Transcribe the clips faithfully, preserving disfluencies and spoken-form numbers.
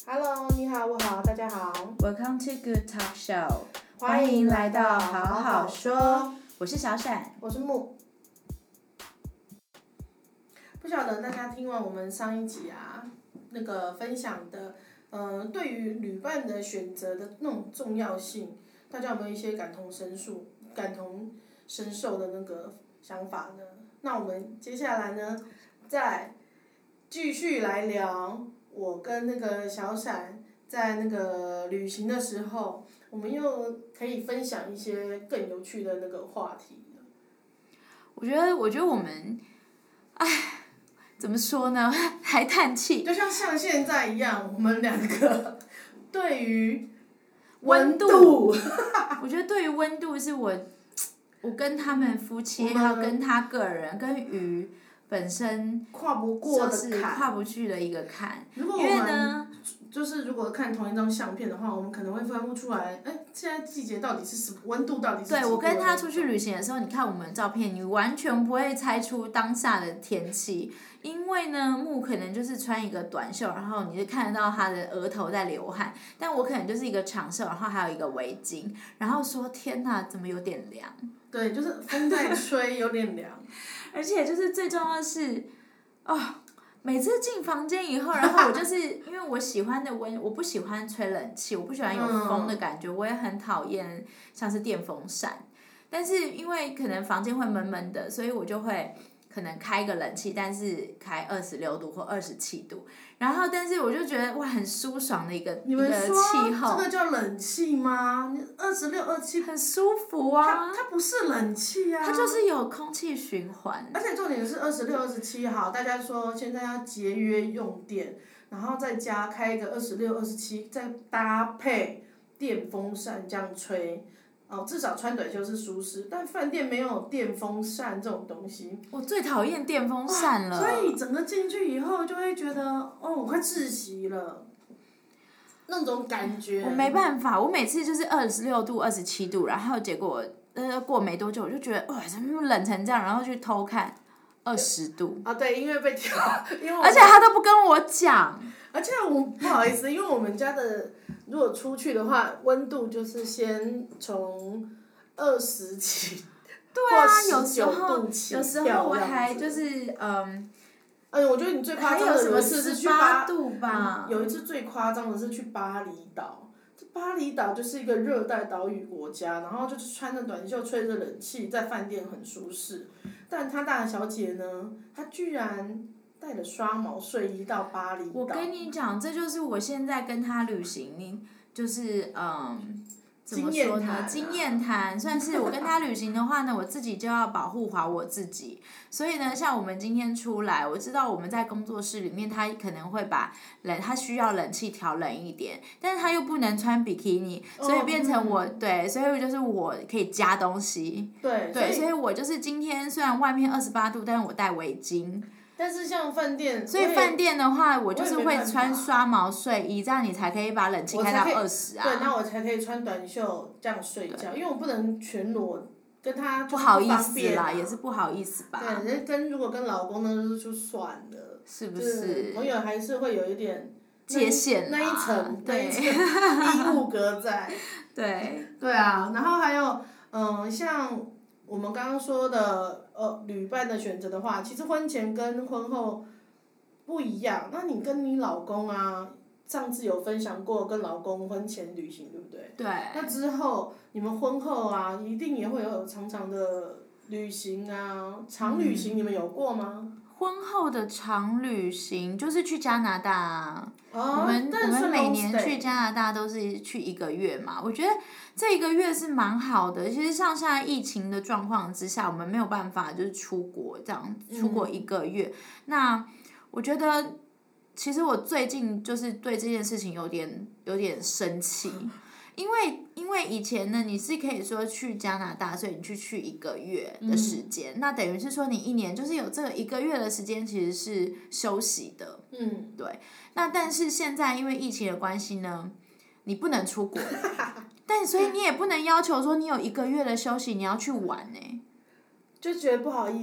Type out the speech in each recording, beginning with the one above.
Hello， 你好，我好，大家好。 Welcome to Good Talk Show， 欢迎来到好好好说说。我是小闪， 我是木。不晓得大家听完我们上一集啊，那个分享的，呃，对于旅伴的选择的那种重要性，大家有没有一些感同身受、感同身受的那个想法呢？那我们接下来呢，再继续来聊我跟那个小闪在那个旅行的时候，我们又可以分享一些更有趣的那个话题了。 我觉得，我觉得我们，哎，怎么说呢？还叹气。 就像像现在一样，我们两个对于温度， 我觉得对于温度是我，我跟他们夫妻，还有跟他个人，跟鱼本身跨不过的就是坎， 跨不去的一个坎。 如果我因为们呢， 就是如果看同一张相片的话，我们可能会分不出来，哎，现在季节到底是什么温度，到底是几度。 对，我跟他出去旅行的时候，你看我们的照片，你完全不会猜出当下的天气，因为呢，木可能就是穿一个短袖，然后你就看得到他的额头在流汗，但我可能就是一个长袖，然后还有一个围巾，然后说天哪，怎么有点凉？ 对，就是风在吹，有点凉。 而且就是最重要的是，哦。每次进房间以后，然后我就是因为我喜欢的温，我不喜欢吹冷气，我不喜欢有风的感觉，我也很讨厌像是电风扇。但是因为可能房间会闷闷的，所以我就会可能开个冷气，但是开二十六度或二十七度，然后但是我就觉得哇，很舒爽的一个你们说气候。 这个叫冷气吗？二十六、二十七， 很舒服啊。 它它不是冷气啊。 它就是有空气循环。 而且重点是二十六、二十七好，大家说现在要节约用电，然后再加开一个二十六、二十七，再搭配电风扇这样吹。哦，至少穿短袖是舒适，但饭店没有电风扇这种东西。 我最讨厌电风扇了。 所以整个进去以后就会觉得，哦，我快窒息了，那种感觉。 我没办法，我每次就是二十六度、二十七度，然后结果呃过没多久我就觉得哇，怎么冷成这样，然后去偷看二十度。 啊，对，因为被调，因为而且他都不跟我讲。 而且我不好意思，因为我们家的如果出去的话，温度就是先从二十几， 对啊，有时候有时候我还就是嗯。 哎，我觉得你最夸张的有一次是去巴度吧。 有一次最夸张的是去巴厘岛，这巴厘岛就是一个热带岛屿国家，然后就是穿着短袖吹着冷气，在饭店很舒适，但他大小姐呢，她居然带了刷毛睡衣到巴厘岛。 我跟你讲，这就是我现在跟他旅行，你就是嗯，怎么说呢？经验谈，算是我跟他旅行的话呢，我自己就要保护好我自己。所以呢，像我们今天出来，我知道我们在工作室里面，他可能会把冷，他需要冷气调冷一点，但是他又不能穿比基尼，所以变成我、哦、对，所以就是我可以加东西。 对。 对，所以我就是今天虽然外面二十八度，但是我戴围巾。 但是像饭店， 所以饭店的话，我就是会穿刷毛睡衣，这样你才可以把冷气开到二十啊。 对，那我才可以穿短袖这样睡觉，因为我不能全裸，跟他不好意思啦，也是不好意思吧。 对，跟如果跟老公呢就算了， 是不是？ 朋友还是会有一点界限那一层， 对， 衣物隔在。 对。 对啊，然后还有嗯，像我们刚刚说的。呃，旅伴的选择的话，其实婚前跟婚后不一样。那你跟你老公啊，上次有分享过跟老公婚前旅行，对不对？ 对。 那之后你们婚后啊，一定也会有长长的旅行啊，长旅行你们有过吗？ 嗯、婚后的长旅行就是去加拿大啊。 哦、 我们我们每年去加拿大都是去一个月嘛，我觉得这一个月是蛮好的。其实像现在疫情的状况之下，我们没有办法就是出国这样，出国一个月。嗯、那我觉得，其实我最近就是对这件事情有点有点生气，因为因为以前呢，你是可以说去加拿大，所以你去去一个月的时间，嗯、那等于是说你一年就是有这个一个月的时间其实是休息的。 嗯， 对。那但是现在因为疫情的关系呢，你不能出国，但所以你也不能要求说你有一个月的休息你要去玩呢、欸， 就觉得不好意思。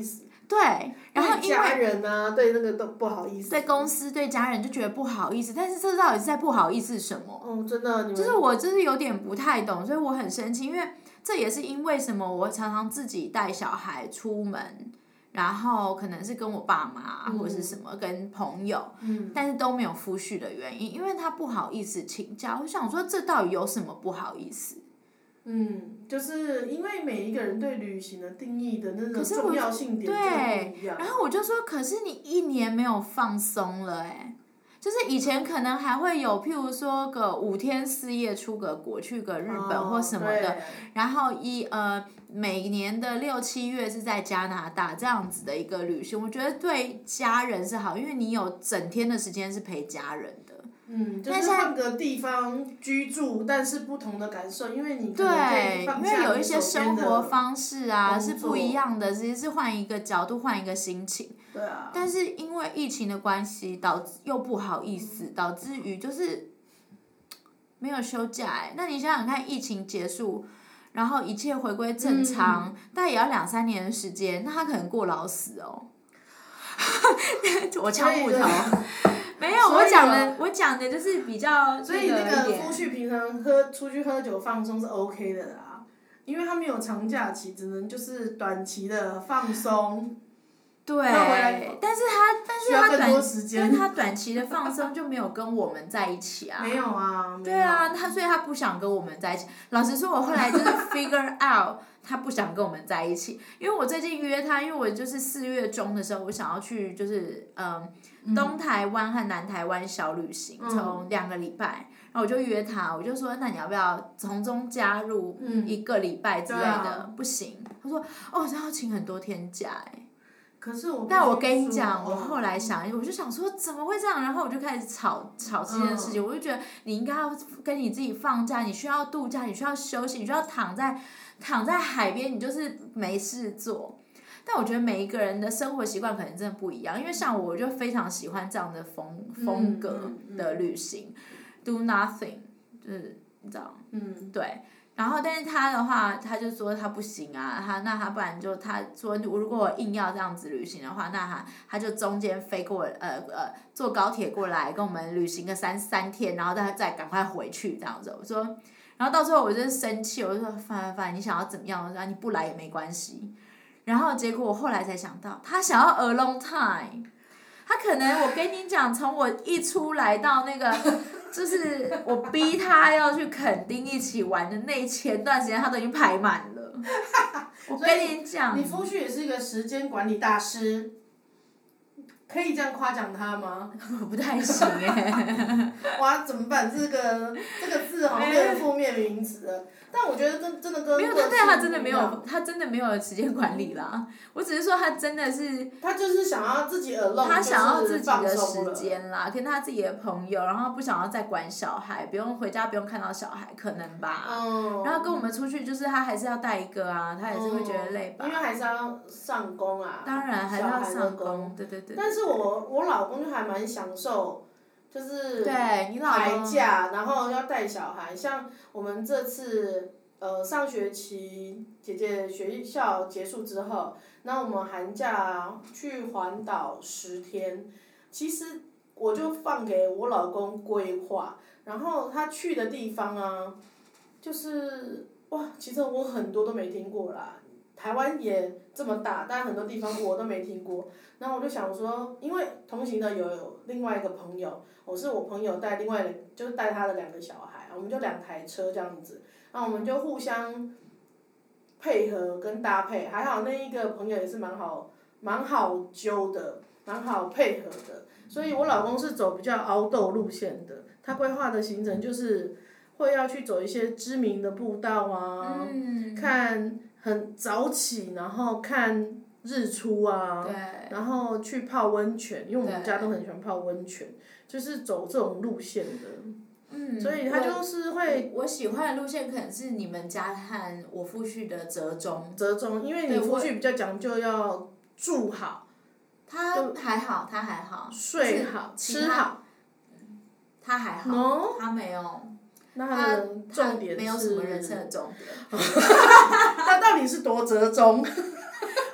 对，然后因为家人啊，对那个都不好意思。 对公司对家人就觉得不好意思，但是这到底是在不好意思什么？ 哦，真的， 就是我就是有点不太懂，所以我很生气，因为这也是因为什么，我常常自己带小孩出门。然后可能是跟我爸妈、嗯、或者是什么跟朋友、 嗯， 但是都没有夫婿的原因，因为他不好意思请假。我想说这到底有什么不好意思？ 嗯，就是因为每一个人对旅行的定义的那个重要性点就不一样。 然后我就说，可是你一年没有放松了哎、欸。就是以前可能还会有，譬如说个五天四夜出个国，去个日本或什么的， 哦、 然后一呃每年的六七月是在加拿大这样子的一个旅行，我觉得对家人是好，因为你有整天的时间是陪家人的。 嗯，就是换个地方居住，但是不同的感受，因为你可能可以放下你手边的工作。 对，因为有一些生活方式啊是不一样的，其实是换一个角度，换一个心情。 对啊。 但是因为疫情的关系，导致又不好意思，导致于就是没有休假哎、欸。那你想想看，疫情结束，然后一切回归正常，嗯、但也要两三年的时间，那他可能过劳死哦。我敲木头。没有，我讲的我讲的就是比较， 所以那个夫婿平常喝出去喝酒放松是 OK 的啦，因为他没有长假期，只能就是短期的放松。 对，但是他但是他短，但是他短期的放松就没有跟我们在一起啊。 没有啊。 对啊，他所以他不想跟我们在一起。老实说，我后来就是 figure out 他不想跟我们在一起，因为我最近约他，因为我就是四月中的时候，我想要去就是嗯。东台湾和南台湾小旅行，从两个礼拜，然后我就约他，我就说那你要不要从中加入一个礼拜之类的？嗯啊、不行，他说哦，这要请很多天假哎。 可是我， 但我跟你讲，我后来想，我就想说怎么会这样？然后我就开始吵吵这件事情，嗯、我就觉得你应该要跟你自己放假，你需要度假，你需要休息，你需要躺在躺在海边，你就是没事做。但我觉得每一个人的生活习惯可能真的不一样，因为像我就非常喜欢这样的风风格的旅行、嗯嗯、，do nothing， 就是你知道，嗯，对。然后，但是他的话，他就说他不行啊，他那他不然就他说，如果我硬要这样子旅行的话，那他他就中间飞过呃呃坐高铁过来跟我们旅行个三三天，然后再再赶快回去这样子。我说，然后到最后我真生气，我就说烦烦烦，你想要怎么样？我说你不来也没关系。然后结果我后来才想到，他想要 alone time， 他可能我跟你讲，从我一出来到那个，就是我逼他要去垦丁一起玩的那前段时间，他都已经排满了。我跟你讲， 你夫婿也是一个时间管理大师，可以这样夸奖他吗？ 我不太行哎。 哇，怎么办？这个这个字好像变成负面名词了。但我觉得真真的跟没有，他但他真的没有，他真的没有时间管理啦。我只是说他真的是。 他就是想要自己 alone， 他想要自己的时间啦，跟他自己的朋友，然后不想要再管小孩，不用回家，不用看到小孩，可能吧。嗯。然后跟我们出去，就是他还是要带一个啊，他也是会觉得累吧。 因为还是要上工啊。 当然还是要上工，对对对。 但是我我老公就还蛮享受。就是对排假，然后要带小孩，像我们这次呃上学期姐姐学校结束之后，那我们寒假去环岛十天，其实我就放给我老公规划，然后他去的地方啊，就是哇，其实我很多都没听过啦。台湾也这么大，但很多地方我都没听过。然后我就想说，因为同行的有另外一个朋友，我是我朋友带另外的，就是带他的两个小孩，我们就两台车这样子，然后我们就互相配合跟搭配，还好那一个朋友也是蛮好，蛮好揪的，蛮好配合的。所以我老公是走比较凹斗路线的，他规划的行程就是会要去走一些知名的步道啊，嗯、看。很早起，然后看日出啊，然后去泡温泉，因为我们家都很喜欢泡温泉，就是走这种路线的。嗯，所以他就是会。 我, 我喜欢的路线可能是你们家和我夫婿的折中。 折中，因为你夫婿比较讲究要住好。 他还好，他还好。 睡好，吃好。 他还好， no? 他没有。 那他的重点是没有什么人生的重点。 他到底是多折中？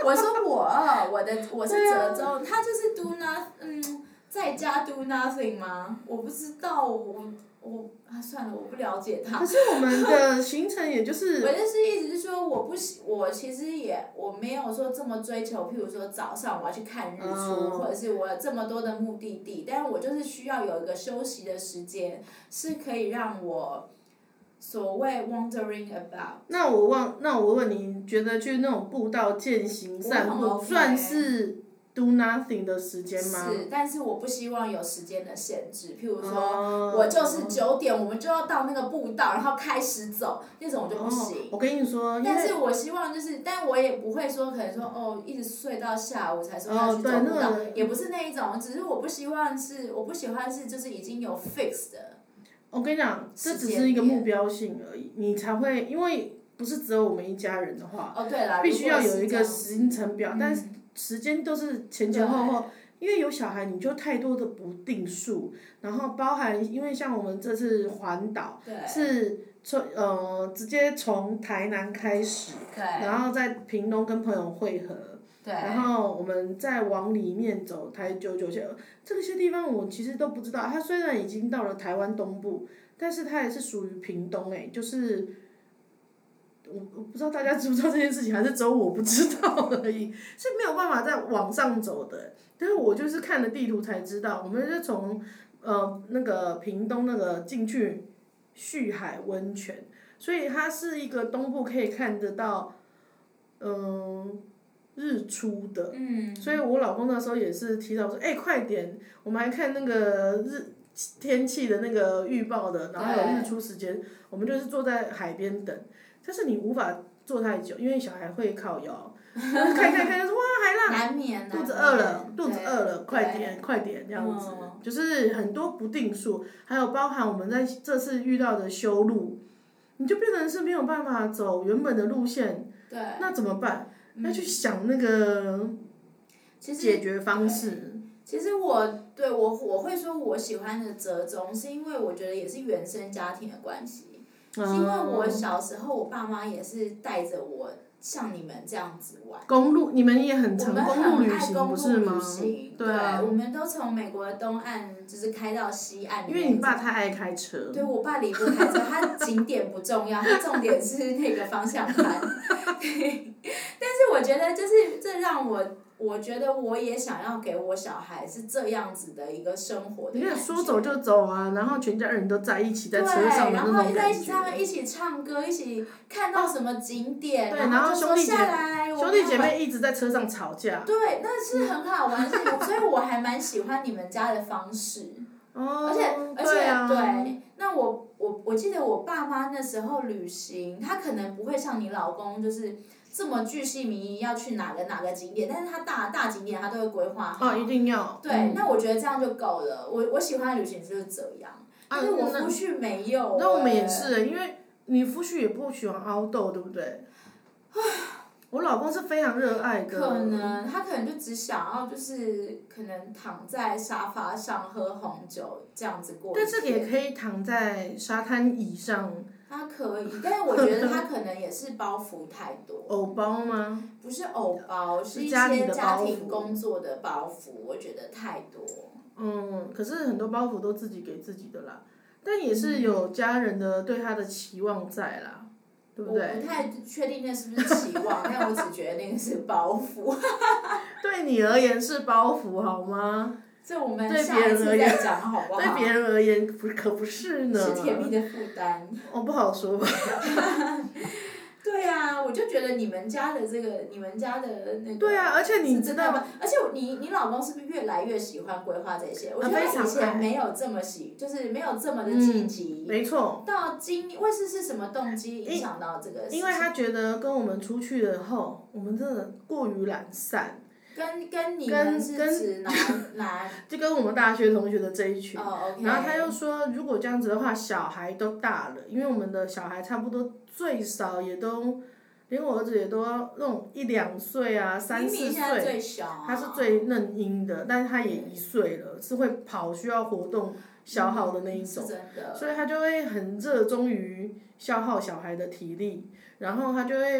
我说我我的我是折中，他就是 do not 嗯在家 do nothing 吗？我不知道我我啊算了，我不了解他。 可是我们的行程也就是。 我的是意思是说，我不喜我其实也我没有说这么追求，譬如说早上我要去看日出， 嗯、 或者是我有这么多的目的地，但是我就是需要有一个休息的时间，是可以让我。所谓 wandering about。 那我问，那我问你，觉得去那种步道践行散步， OK、 算是 do nothing 的时间吗？ 是，但是我不希望有时间的限制，譬如说， 哦、 我就是九点我们就要到那个步道，然后开始走，那种就不行。 哦、我跟你说， 但是我希望就是，但我也不会说可能说哦，一直睡到下午才说要去走步道， 哦、 也不是那一种，只是我不希望是，我不喜欢是就是已经有 fix 的。 我跟你讲，这只是一个目标性而已，你才会，因为不是只有我们一家人的话， 哦对啦， 必须要有一个行程表， 嗯、 但是时间都是前前后后，因为有小孩你就太多的不定数，然后包含因为像我们这次环岛是从呃直接从台南开始，然后在屏东跟朋友会合。然后我们再往里面走，台九九线，这些地方我其实都不知道。它虽然已经到了台湾东部，但是它也是属于屏东哎，就是我我不知道大家知不知道这件事情，还是只有我不知道而已，是没有办法再往上走的。但是我就是看了地图才知道，我们是从呃那个屏东那个进去旭海温泉，所以它是一个东部可以看得到，嗯、呃。日出的， 嗯、 所以我老公那时候也是提早说，哎、欸，快点，我们还看那个日天气的那个预报的，然后有日出时间，我们就是坐在海边等，但是你无法坐太久，因为小孩会靠腰，看看看就说哇海浪， 难免肚子饿了，肚子饿了，快点快点这样子，嗯、就是很多不定数，还有包含我们在这次遇到的修路，你就变成是没有办法走原本的路线，那怎么办？要去想那个解决方式。 其实我对我我会说我喜欢的折中，是因为我觉得也是原生家庭的关系，是因为我小时候我爸妈也是带着我像你们这样子玩。 公路，你们也很常公路旅行不是吗？ 对啊，我们都从美国的东岸就是开到西岸。 因为你爸太爱开车。 对，我爸离不开车，他景点不重要，他重点是那个方向盘。对，但是我觉得就是这让我。我觉得我也想要给我小孩是这样子的一个生活的感觉。 你看说走就走啊，然后全家人都在一起在车上的那种感觉。 对，然后在一起他们一起唱歌，一起看到什么景点， 对， 然后兄弟姐妹兄弟姐妹一直在车上吵架。 对，那是很好玩的事情，所以我还蛮喜欢你们家的方式。 哦。 而且而且对,、啊、 对，那我我我记得我爸妈那时候旅行，他可能不会像你老公就是。这么巨细靡遗要去哪个哪个景点，但是他大大景点他都会规划好。 哦，一定要。 对， 嗯、 那我觉得这样就够了。我我喜欢的旅行就是这样，但是我夫婿没有、欸。 那我们也是，因为你夫婿也不喜欢凹豆，对不对？我老公是非常热爱的。 可能他可能就只想要就是可能躺在沙发上喝红酒这样子过。 但是也可以躺在沙滩椅上。 他可以，但是我觉得他可能也是包袱太多。 偶包吗？ 不是偶包，是一些家庭工作的包袱，我觉得太多。 嗯，可是很多包袱都自己给自己的啦，但也是有家人的对他的期望在啦，对不对？ 我不太确定那是不是期望，但我只觉得那个是包袱。 对你而言是包袱好吗？ 这我们下一次再讲好不好？ 对别人而言不可不是呢。 是甜蜜的负担。 哦，不好说。 对啊，我就觉得你们家的这个，你们家的那个。 对啊，而且你知道吗？ 而且你你老公是不是越来越喜欢规划这些？我觉得以前没有这么喜，就是没有这么的积极。 嗯、没错。 到今为是是什么动机影响到这个事情？ 因为他觉得跟我们出去了后，我们真的过于懒散。 跟跟你们是指哪哪？ 就跟我们大学同学的这一群。 哦 OK。 然后他又说，如果这样子的话，小孩都大了，因为我们的小孩差不多最少也都，连我儿子也都要那种一两岁啊，三四岁。他是最嫩婴的，但是他也一岁了，是会跑需要活动消耗的那一种。 嗯、是真的。 所以他就会很热衷于消耗小孩的体力，然后他就会。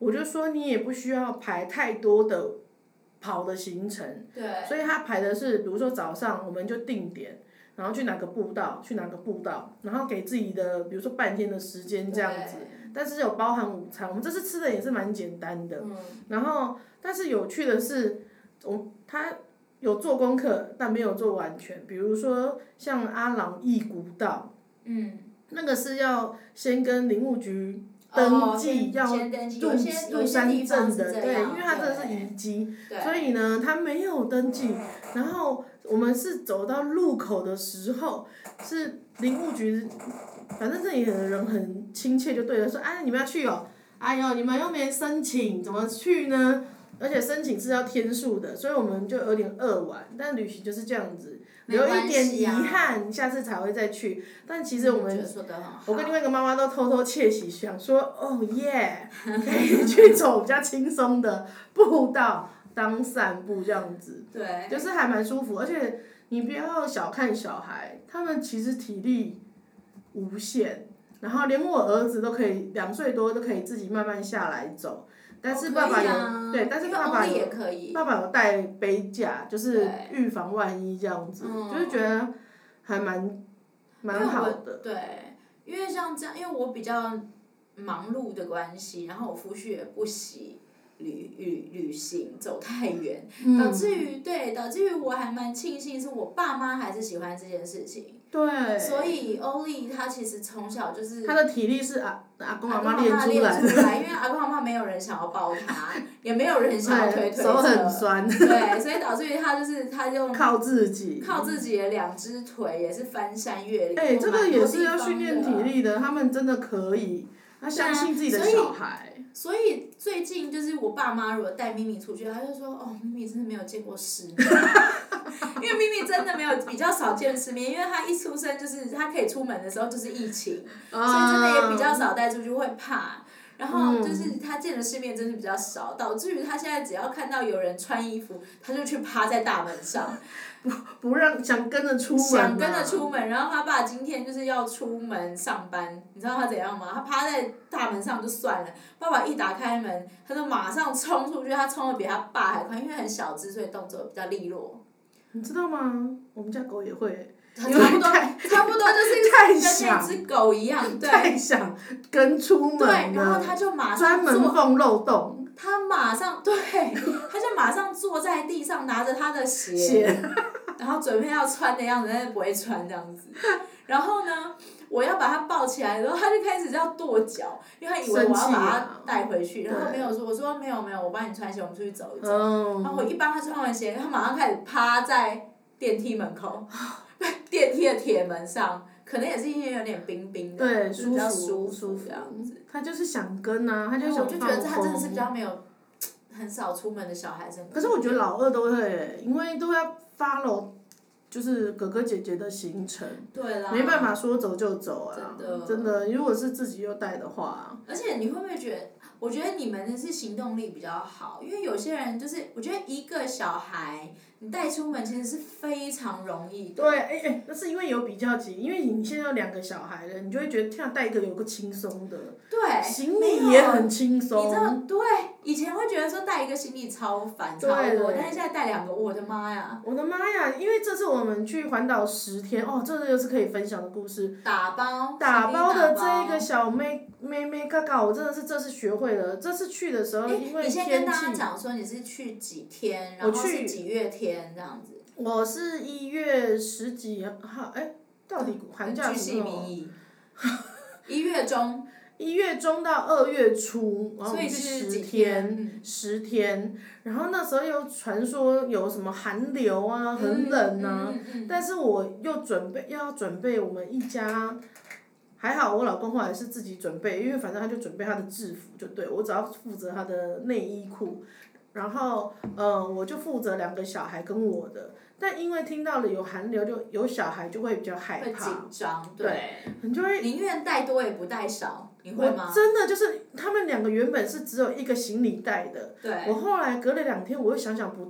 我就说你也不需要排太多的跑的行程， 对， 所以他排的是，比如说早上我们就定点，然后去哪个步道，去哪个步道，然后给自己的比如说半天的时间这样子，但是有包含午餐，我们这次吃的也是蛮简单的， 嗯、 然后但是有趣的是，我他有做功课，但没有做完全，比如说像阿朗壹古道， 嗯， 那个是要先跟林务局。登记、 哦、 要入入山证的，对，因为它这是遗迹，所以呢，它没有登记。然后我们是走到路口的时候，是林务局，反正这里的人很亲切，就对了，说，哎，你们要去哦，哎呦，你们又没申请，怎么去呢？而且申请是要天数的，所以我们就有点扼腕。但旅行就是这样子。有一点遗憾，下次才会再去。但其实我们，我跟另外一个妈妈都偷偷窃喜，想说，哦耶，可以去走比较轻松的步道当散步这样子。 对。 就是还蛮舒服，而且你不要小看小孩，他们其实体力无限，然后连我儿子都可以两岁多都可以自己慢慢下来走。但是爸爸有、 啊、 对，但是爸爸有爸爸有带背架，就是预防万一这样子，就是觉得还蛮蛮好的。 对，因为像这样，因为我比较忙碌的关系，然后我夫婿也不喜旅旅旅行走太远， 嗯、 导致于对，导致于我还蛮庆幸是我爸妈还是喜欢这件事情。 对。 所以欧丽她其实从小就是。 她的体力是阿阿公阿妈练出来的。 因为阿公阿妈没有人想要抱她，也没有人想要推推车。 手很酸。 对，所以导致于她就是她用。 靠自己。 靠自己的两只腿也是翻山越岭。 哎、欸，这个也是要训练体力的，他们真的可以，他相信自己的小孩。 所以最近就是我爸妈如果带咪咪出去，他就说哦，咪咪真的没有见过世面，因为咪咪真的没有比较少见世面，因为他一出生就是他可以出门的时候就是疫情， 啊、 所以真的也比较少带出去，会怕。然后就是他见的世面真的比较少，导致于他现在只要看到有人穿衣服，他就去趴在大门上， 不不让想跟着出门。 想跟着出门，然后他爸今天就是要出门上班，你知道他怎样吗？他趴在大门上就算了，爸爸一打开门，他就马上冲出去，他冲的比他爸还快，因为很小只，所以动作比较利落。 你知道吗？我们家狗也会。 差不多，差不多就是跟那只狗一样，对。 太想跟出门了。 对，然后他就马上专门缝漏洞。 他马上对，他就马上坐在地上拿着他的鞋， 鞋然后准备要穿的样子，但是不会穿这样子。然后呢，我要把他抱起来的时候，他就开始要跺脚，因为他以为我要把他带回去，然后没有说，我说没有没有，我帮你穿鞋，我们出去走一走。 嗯、 然后我一帮他穿完鞋，他马上开始趴在电梯门口。电梯的铁门上，可能也是因为有点冰冰的， 对， 比较舒服舒服这样子。 他就是想跟啊，他就想放风。 我就觉得他真的是比较没有，很少出门的小孩子。 可是我觉得老二都会，因为都要 follow，就是哥哥姐姐的行程。 对啦。 没办法说走就走啊。 真的。 真的，如果是自己又带的话。 而且你会不会觉得？我觉得你们的是行动力比较好，因为有些人就是，我觉得一个小孩你带出门其实是非常容易的。 对，哎、欸、哎，那是因为有比较级，因为你现在有两个小孩了，你就会觉得这样带一个有个轻松的。 对。 行李也很轻松。 你知道，对，以前会觉得说带一个行李超烦超多，但是现在带两个，我的妈呀！ 我的妈呀！因为这次我们去环岛十天，哦，这又是可以分享的故事。 打包。 打包的这一个小妹妹妹嘎嘎，我真的是这次学会了。这次去的时候，因为天气。 你先跟大家讲说你是去几天，然后是几月天这样子。 我是一月十几号，哎，到底寒假什么时候？ 一月中。 一月中到二月初，然后我们去十天， 嗯、 十天，然后那时候又传说有什么寒流啊，很冷啊， 嗯嗯嗯、 但是我又准备要准备我们一家，还好我老公后来是自己准备，因为反正他就准备他的制服就对，我只要负责他的内衣裤，然后呃我就负责两个小孩跟我的。但因为听到了有寒流，就有小孩就会比较害怕， 会紧张，对， 你就会宁愿带多也不带少，你会吗？ 我真的就是他们两个原本是只有一个行李袋的， 对。 我后来隔了两天，我又想想不对，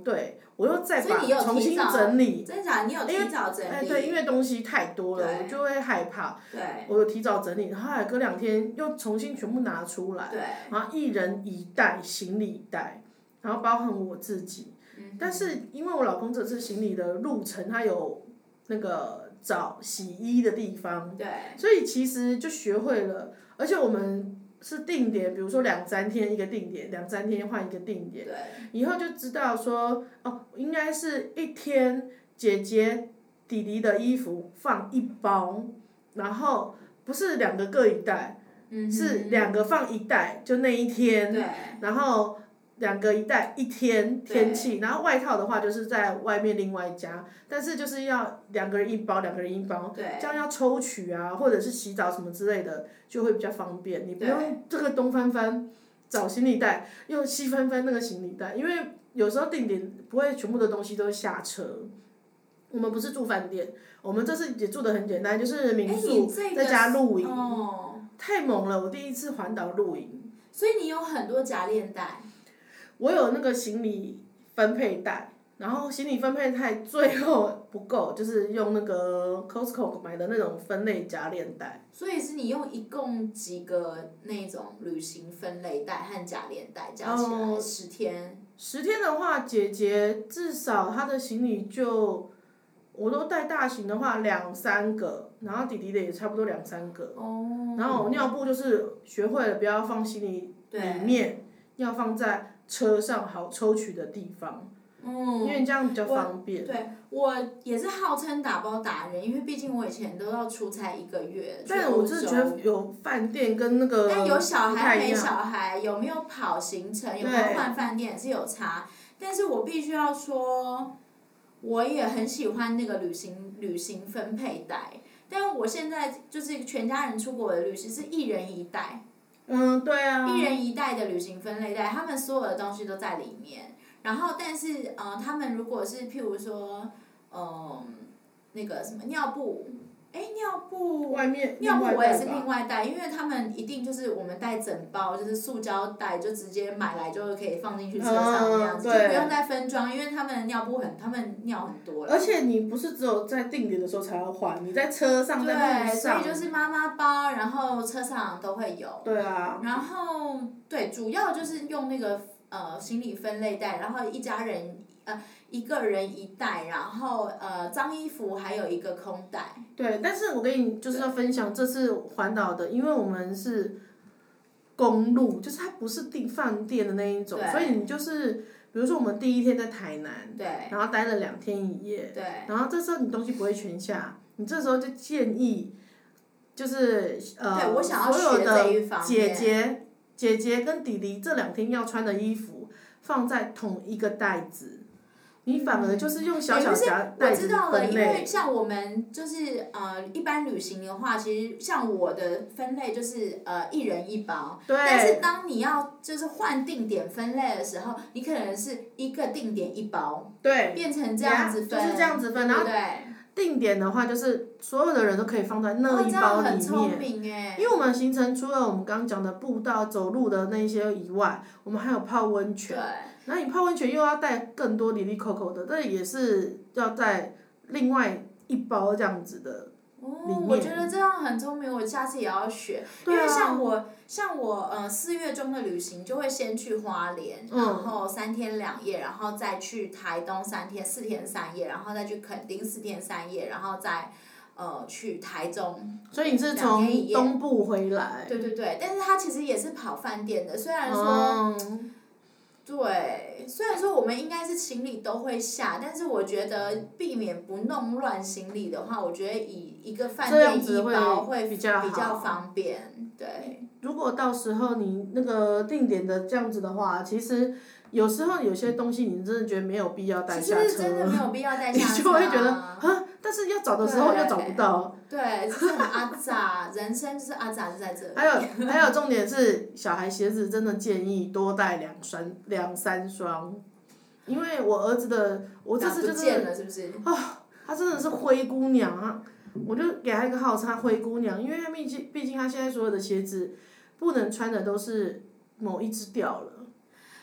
我又再把所以你有重新提早整理。 真的假的？你有提早整理？ 哎，对，因为东西太多了， 对我就会害怕。 对。 我有提早整理，然后后来隔两天又重新全部拿出来。 对。 然后一人一袋行李袋，然后包含我自己。 嗯。 但是因为我老公这次行李的路程，他有那个找洗衣的地方。 对。 所以其实就学会了，而且我们是定点，比如说两三天一个定点，两三天换一个定点。 对。 以后就知道说，哦，应该是一天姐姐、弟弟的衣服放一包，然后不是两个各一袋， 嗯、 是两个放一袋，就那一天。 对。 然后两个一袋一天天气，然后外套的话就是在外面另外加，但是就是要两个人一包，两个人一包，这样要抽取啊，或者是洗澡什么之类的，就会比较方便。你不用这个东翻翻找行李袋，又西翻翻那个行李袋，因为有时候定点不会全部的东西都下车。我们不是住饭店，我们这次也住得很简单，就是民宿再加露营， 哦、 太猛了！我第一次环岛露营。 所以你有很多夹链袋。 我有那个行李分配袋，然后行李分配袋最后不够，就是用那个 Costco 买的那种分类夹链袋。 所以是你用一共几个那种旅行分类袋和夹链袋加起来十天？ 十天的话，姐姐至少她的行李就，我都带大型的话两三个，然后弟弟的也差不多两三个。 哦。 然后尿布就是学会了不要放行李里面，要放在车上好抽取的地方， 嗯， 因为这样比较方便。 对，我也是号称打包达人，因为毕竟我以前都要出差一个月。 但我是觉得有饭店跟那个但有小孩没小孩，有没有跑行程，有没有换饭店是有差。但是我必须要说，我也很喜欢那个旅行旅行分配袋，但我现在就是全家人出国的旅行是一人一袋。 嗯，对啊。 一人一袋的旅行分类袋，他们所有的东西都在里面。然后，但是呃，他们如果是譬如说，嗯，那个什么尿布，哎，尿布， 外面尿布我也是另外带，因为他们一定就是我们带整包，就是塑胶袋，就直接买来就可以放进去车上那样子，就不用再分装，因为他们的尿布很，他们尿很多了。 而且你不是只有在定点的时候才要换，你在车上在路上。 对，所以就是妈妈包，然后车上都会有。 对啊。 然后对，主要就是用那个呃行李分类袋，然后一家人呃一个人一袋，然后呃脏衣服还有一个空袋。 对，但是我跟你就是要分享这次环岛的，因为我们是公路，就是它不是订饭店的那一种，所以你就是比如说我们第一天在台南， 对， 然后待了两天一夜， 对， 然后这时候你东西不会全下，你这时候就建议，就是呃所有的姐姐姐姐跟弟弟这两天要穿的衣服放在同一个袋子。你反而就是用小小夹袋子分类。 我知道了，因为像我们就是呃一般旅行的话，其实像我的分类就是呃一人一包。 对。 但是当你要就是换定点分类的时候，你可能是一个定点一包。 对。 变成这样子分。 就是这样子分，然后定点的话就是所有的人都可以放在那一包里面。哦，这样很聪明耶。 因为我们行程除了我们刚刚讲的步道、走路的那些以外，我们还有泡温泉。 对。 然后你泡温泉又要带更多里里扣扣的，这也是要在另外一包这样子的里面。 哦，我觉得这样很聪明，我下次也要学。因为像我，像我呃四月中的旅行就会先去花莲， 嗯、 然后三天两夜，然后再去台东三天四天三夜，然后再去垦丁四天三夜，然后再呃去台中。 所以你是从东部回来。 对对对，但是他其实也是跑饭店的，虽然说。 嗯对，虽然说我们应该是行李都会下，但是我觉得避免不弄乱行李的话，我觉得以一个饭店一包会比较方便。对。 如果到时候你那个定点的这样子的话，其实有时候有些东西你真的觉得没有必要带下车。 其实真的没有必要带下车。 你就会觉得啊，但是要找的时候又找不到。 对，就是很阿杂，人生就是阿杂就在这里。 还有还有重点是，小孩鞋子真的建议多带两双两三双，因为我儿子的我这次就是啊，是不是？ 啊，他真的是灰姑娘啊！我就给他一个号称灰姑娘，因为他毕竟毕竟他现在所有的鞋子不能穿的都是某一只掉了。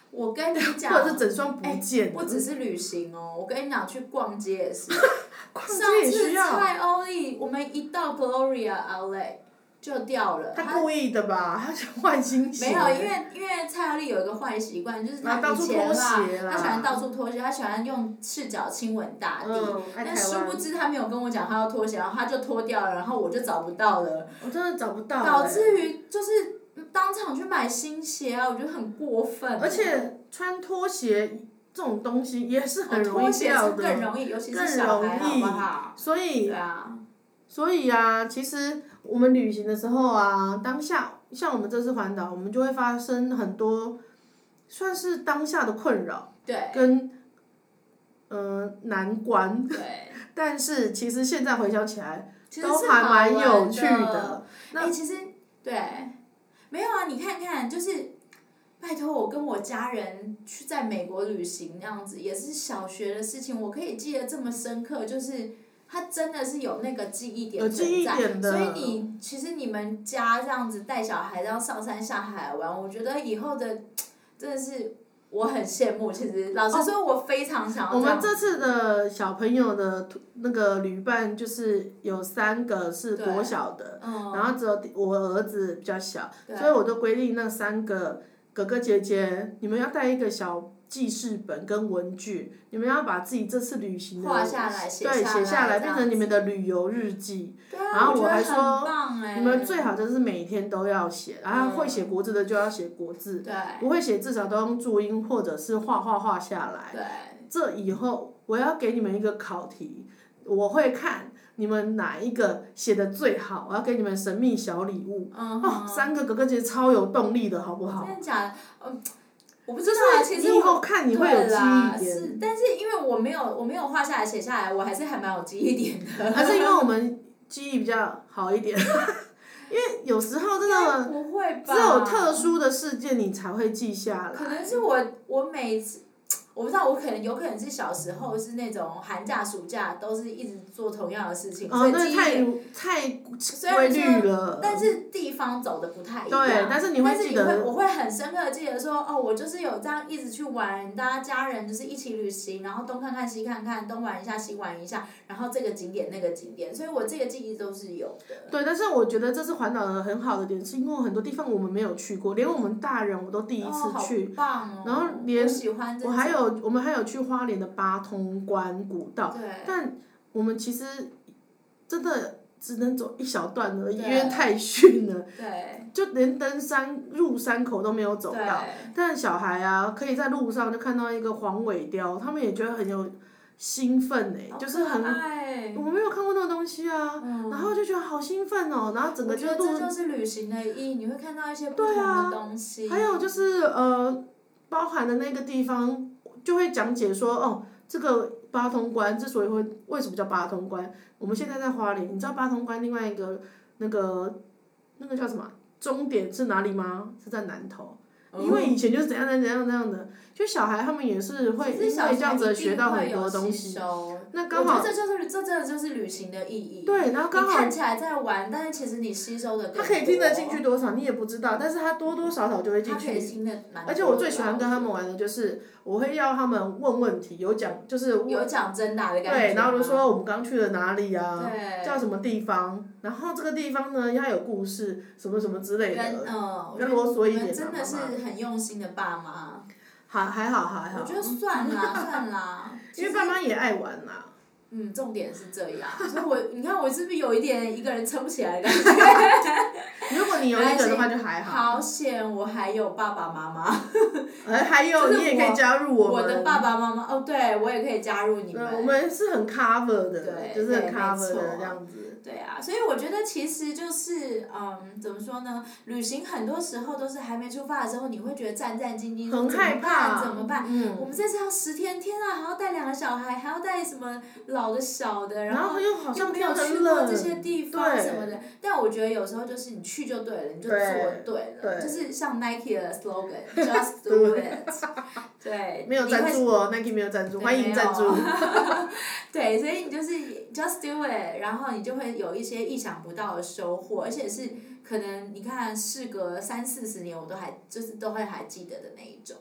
我跟你讲， 或者是整双不见、 欸。不只是旅行哦，我跟你讲，去逛街也是。 逛街也需要。 上次蔡欧丽，我们一到 Gloria Outlet 就掉了。 他故意的吧？他想换新鞋。 没有，因为因为蔡欧丽有一个坏习惯，就是他以前啦，他喜欢到处脱鞋，他喜欢用赤脚亲吻大地。 嗯， 但殊不知他没有跟我讲他要脱鞋，然后他就脱掉了，然后我就找不到了。 我真的找不到、欸。 导致于就是当场去买新鞋啊，我觉得很过分。 而且穿拖鞋这种东西也是很容易掉的。 拖鞋是更容易，尤其是小孩，好不好？ 所以。 对啊。 所以啊，其实我们旅行的时候啊，当下像我们这次环岛，我们就会发生很多，算是当下的困扰。 对。 跟，呃，难关。 对。 但是其实现在回想起来，都还蛮有趣的。 哎、欸，其实对，没有啊，你看看，就是拜托我跟我家人去在美国旅行那样子，也是小学的事情，我可以记得这么深刻，就是他真的是有那个记忆点存在。所以你其实你们家这样子带小孩这样上山下海玩，我觉得以后的真的是。我很羡慕，其实老实说，我非常想要、哦。 我们这次的小朋友的那个旅伴就是有三个是国小的， 嗯、 然后只有我儿子比较小，所以我都规定那三个哥哥姐姐，你们要带一个小记事本跟文具，你们要把自己这次旅行的画下来，写对写下来，变成你们的旅游日记。然后我还说，你们最好就是每天都要写，然后会写国字的就要写国字，不会写至少都用注音或者是画画画下来。 对。 这以后我要给你们一个考题，我会看你们哪一个写的最好，我要给你们神秘小礼物。 嗯、 哦，三个哥哥姐姐超有动力的，好不好？ 真的假的？嗯。我不知道啊，其实你以后看你会有记忆点。 是，但是因为我没有我没有画下来写下来，我还是还蛮有记忆点的。 还是因为我们记忆比较好一点，因为有时候真的不会吧？ 只有特殊的事件你才会记下来。 可能是我我每次。我不知道，我可能有可能是小时候是那种寒假暑假都是一直做同样的事情， 哦，那太太规律了。 但是地方走的不太一样。 对，但是你会记得。 但是你会，我会很深刻的记得说，哦，我就是有这样一直去玩，大家家人就是一起旅行，然后东看看西看看，东玩一下西玩一下，然后这个景点那个景点，所以我这个记忆都是有的。 对，但是我觉得这次环岛的很好的点，是因为很多地方我们没有去过，连我们大人我都第一次去。 哦，好棒哦！ 然后连我喜欢这种。 我还有。我们还有去花莲的八通关古道，但我们其实真的只能走一小段而已，因为太逊了，就连登山入山口都没有走到。但小孩啊，可以在路上就看到一个黄尾雕，他们也觉得很有兴奋哎、欸，就是很，我们没有看过那个东西啊，嗯、然后就觉得好兴奋哦、喔，然后整个就路。我觉得这就是旅行的意义，你会看到一些不同的东西。 啊、还有就是呃。包含的那个地方就会讲解说，哦，这个八通关之所以会为什么叫八通关，我们现在在花莲，你知道八通关另外一个那个那个叫什么终点是哪里吗？是在南投，嗯、因为以前就是怎样怎样怎样的，就小孩他们也是会因为这样子学到很多东西。那刚好， 我觉得这就是这真的就是旅行的意义。 对，然后刚好你看起来在玩，但是其实你吸收的更多。 他可以听得进去多少你也不知道，但是他多多少少就会进去。 他可以听得蛮多的。 而且我最喜欢跟他们玩的就是我会要他们问问题，有讲就是有讲真答的感觉。 对，然后就说我们刚去了哪里啊，叫什么地方，然后这个地方呢要有故事，什么什么之类的， 嗯， 跟啰嗦一点。 真的是很用心的爸妈。 还还好还好。 我觉得算啦算啦。 因为爸妈也爱玩啦。 嗯，重点是这样，所以我你看我是不是有一点一个人撑不起来的感觉？ 如果你有一个的话就还好。 好险，我还有爸爸妈妈。 哎，还有你也可以加入我们。 我的爸爸妈妈哦，对我也可以加入你们。 我们是很 cover 的， 对， 就是很 cover 的这样子。 对啊，所以我觉得其实就是嗯，怎么说呢？旅行很多时候都是还没出发的时候，你会觉得战战兢兢， 很害怕， 怎么办？ 嗯。 我们这次要十天，天啊，还要带两个小孩，还要带什么老的、小的， 然后又好像没有去过这些地方什么的。但我觉得有时候就是你去就对了，你就做对了，就是像 Nike 的 slogan，just do it。对。 没有赞助哦 ，Nike 没有赞助，欢迎赞助。 对，所以你就是 just do it， 然后你就会有一些意想不到的收获，而且是可能你看事隔三四十年，我都还就是都会还记得的那一种。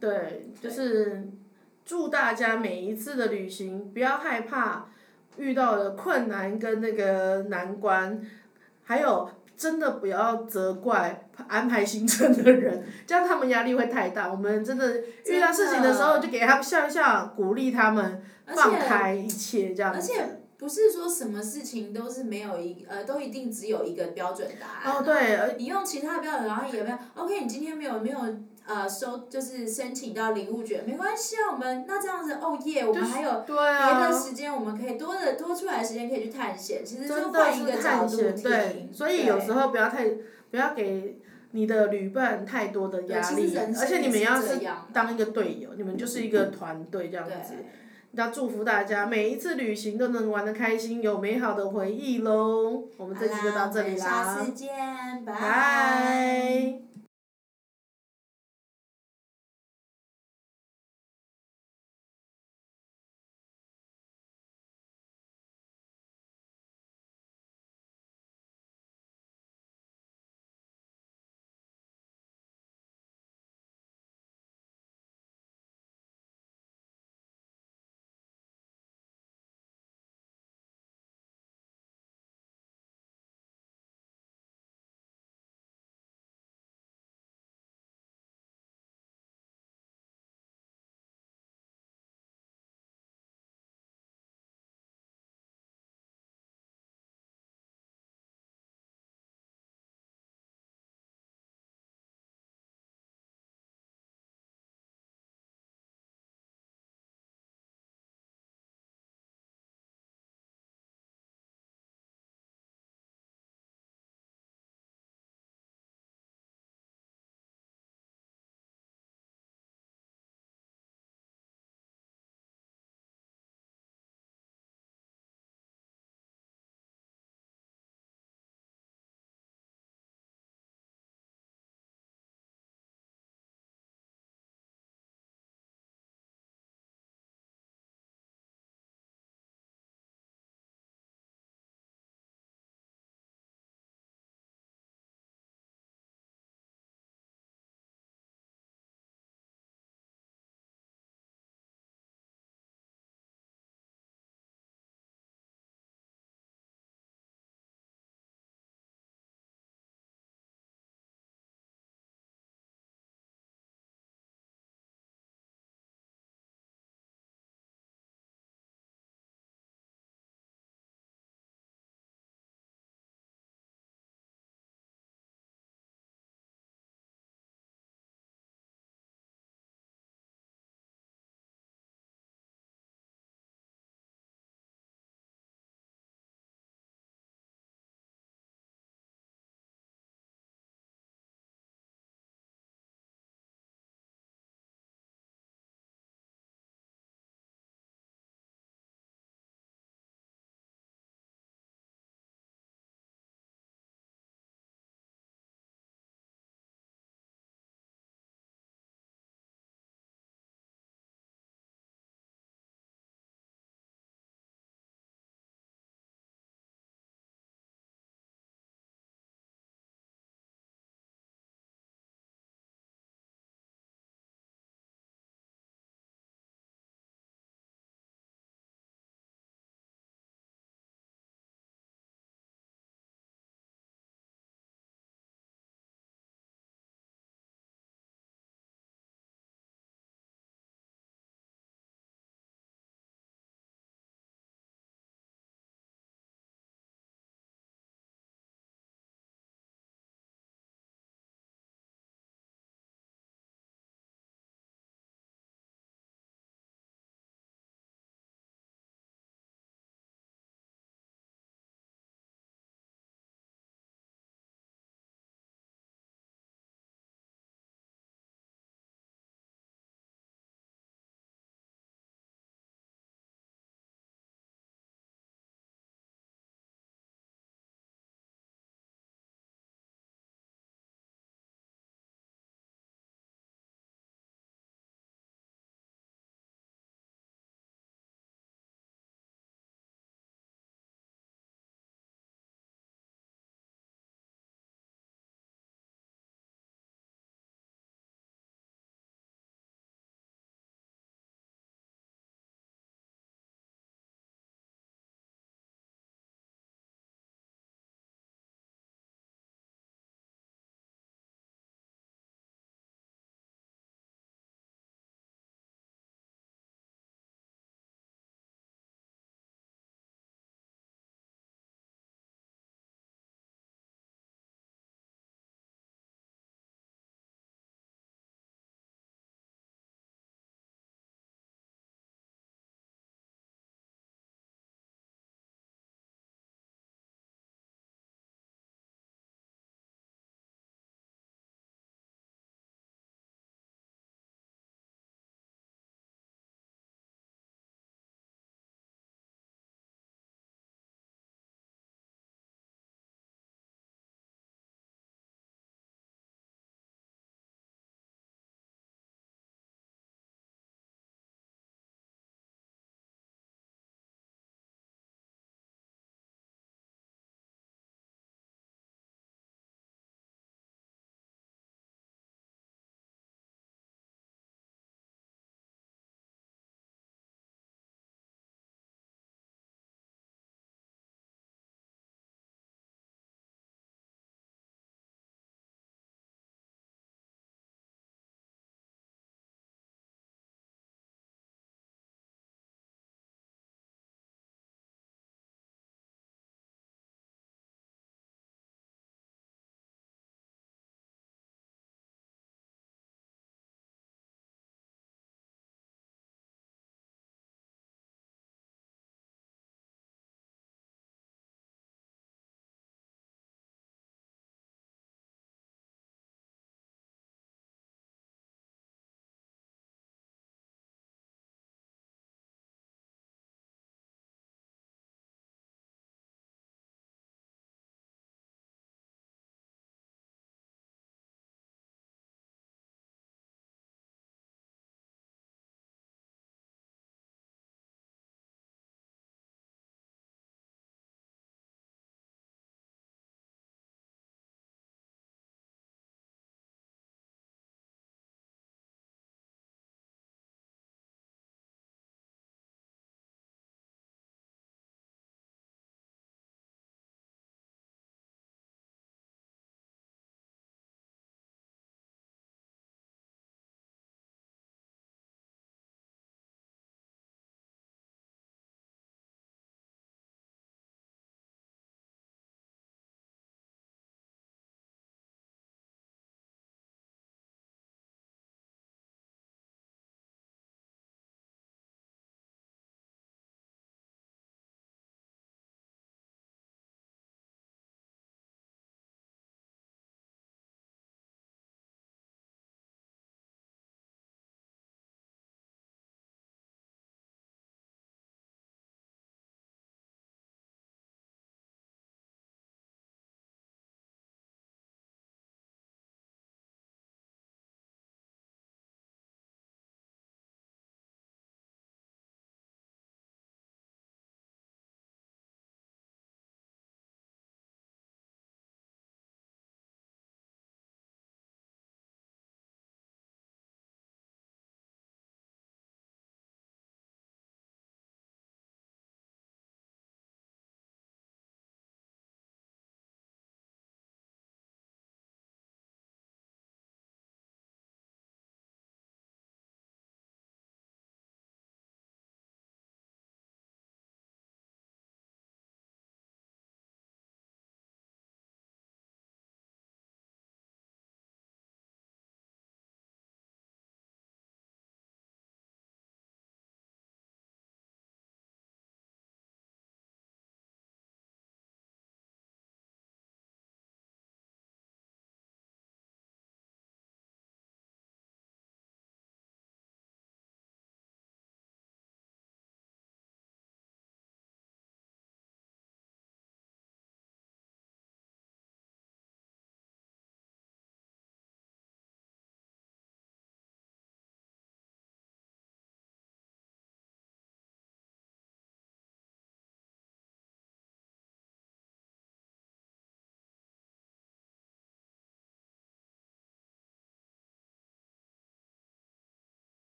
对，就是祝大家每一次的旅行不要害怕遇到的困难跟那个难关，还有真的不要责怪安排行程的人，这样他们压力会太大。我们真的遇到事情的时候就给他们笑一笑，鼓励他们放开一切这样子。 而且不是说什么事情都是没有一呃，都一定只有一个标准答案。 哦，对。 你用其他的标准，然后也没有 OK， 你今天没有没有呃收就是申请到领物卷，没关系啊，我们那这样子哦耶，我们还有别的时间，我们可以多的多出来的时间可以去探险，其实就换一个角度听。 对，所以有时候不要太不要给你的旅伴太多的压力，而且你们要是当一个队友，你们就是一个团队这样子。要祝福大家每一次旅行都能玩得开心，有美好的回忆喽！我们这期就到这里啦， 下次见，拜。 拜。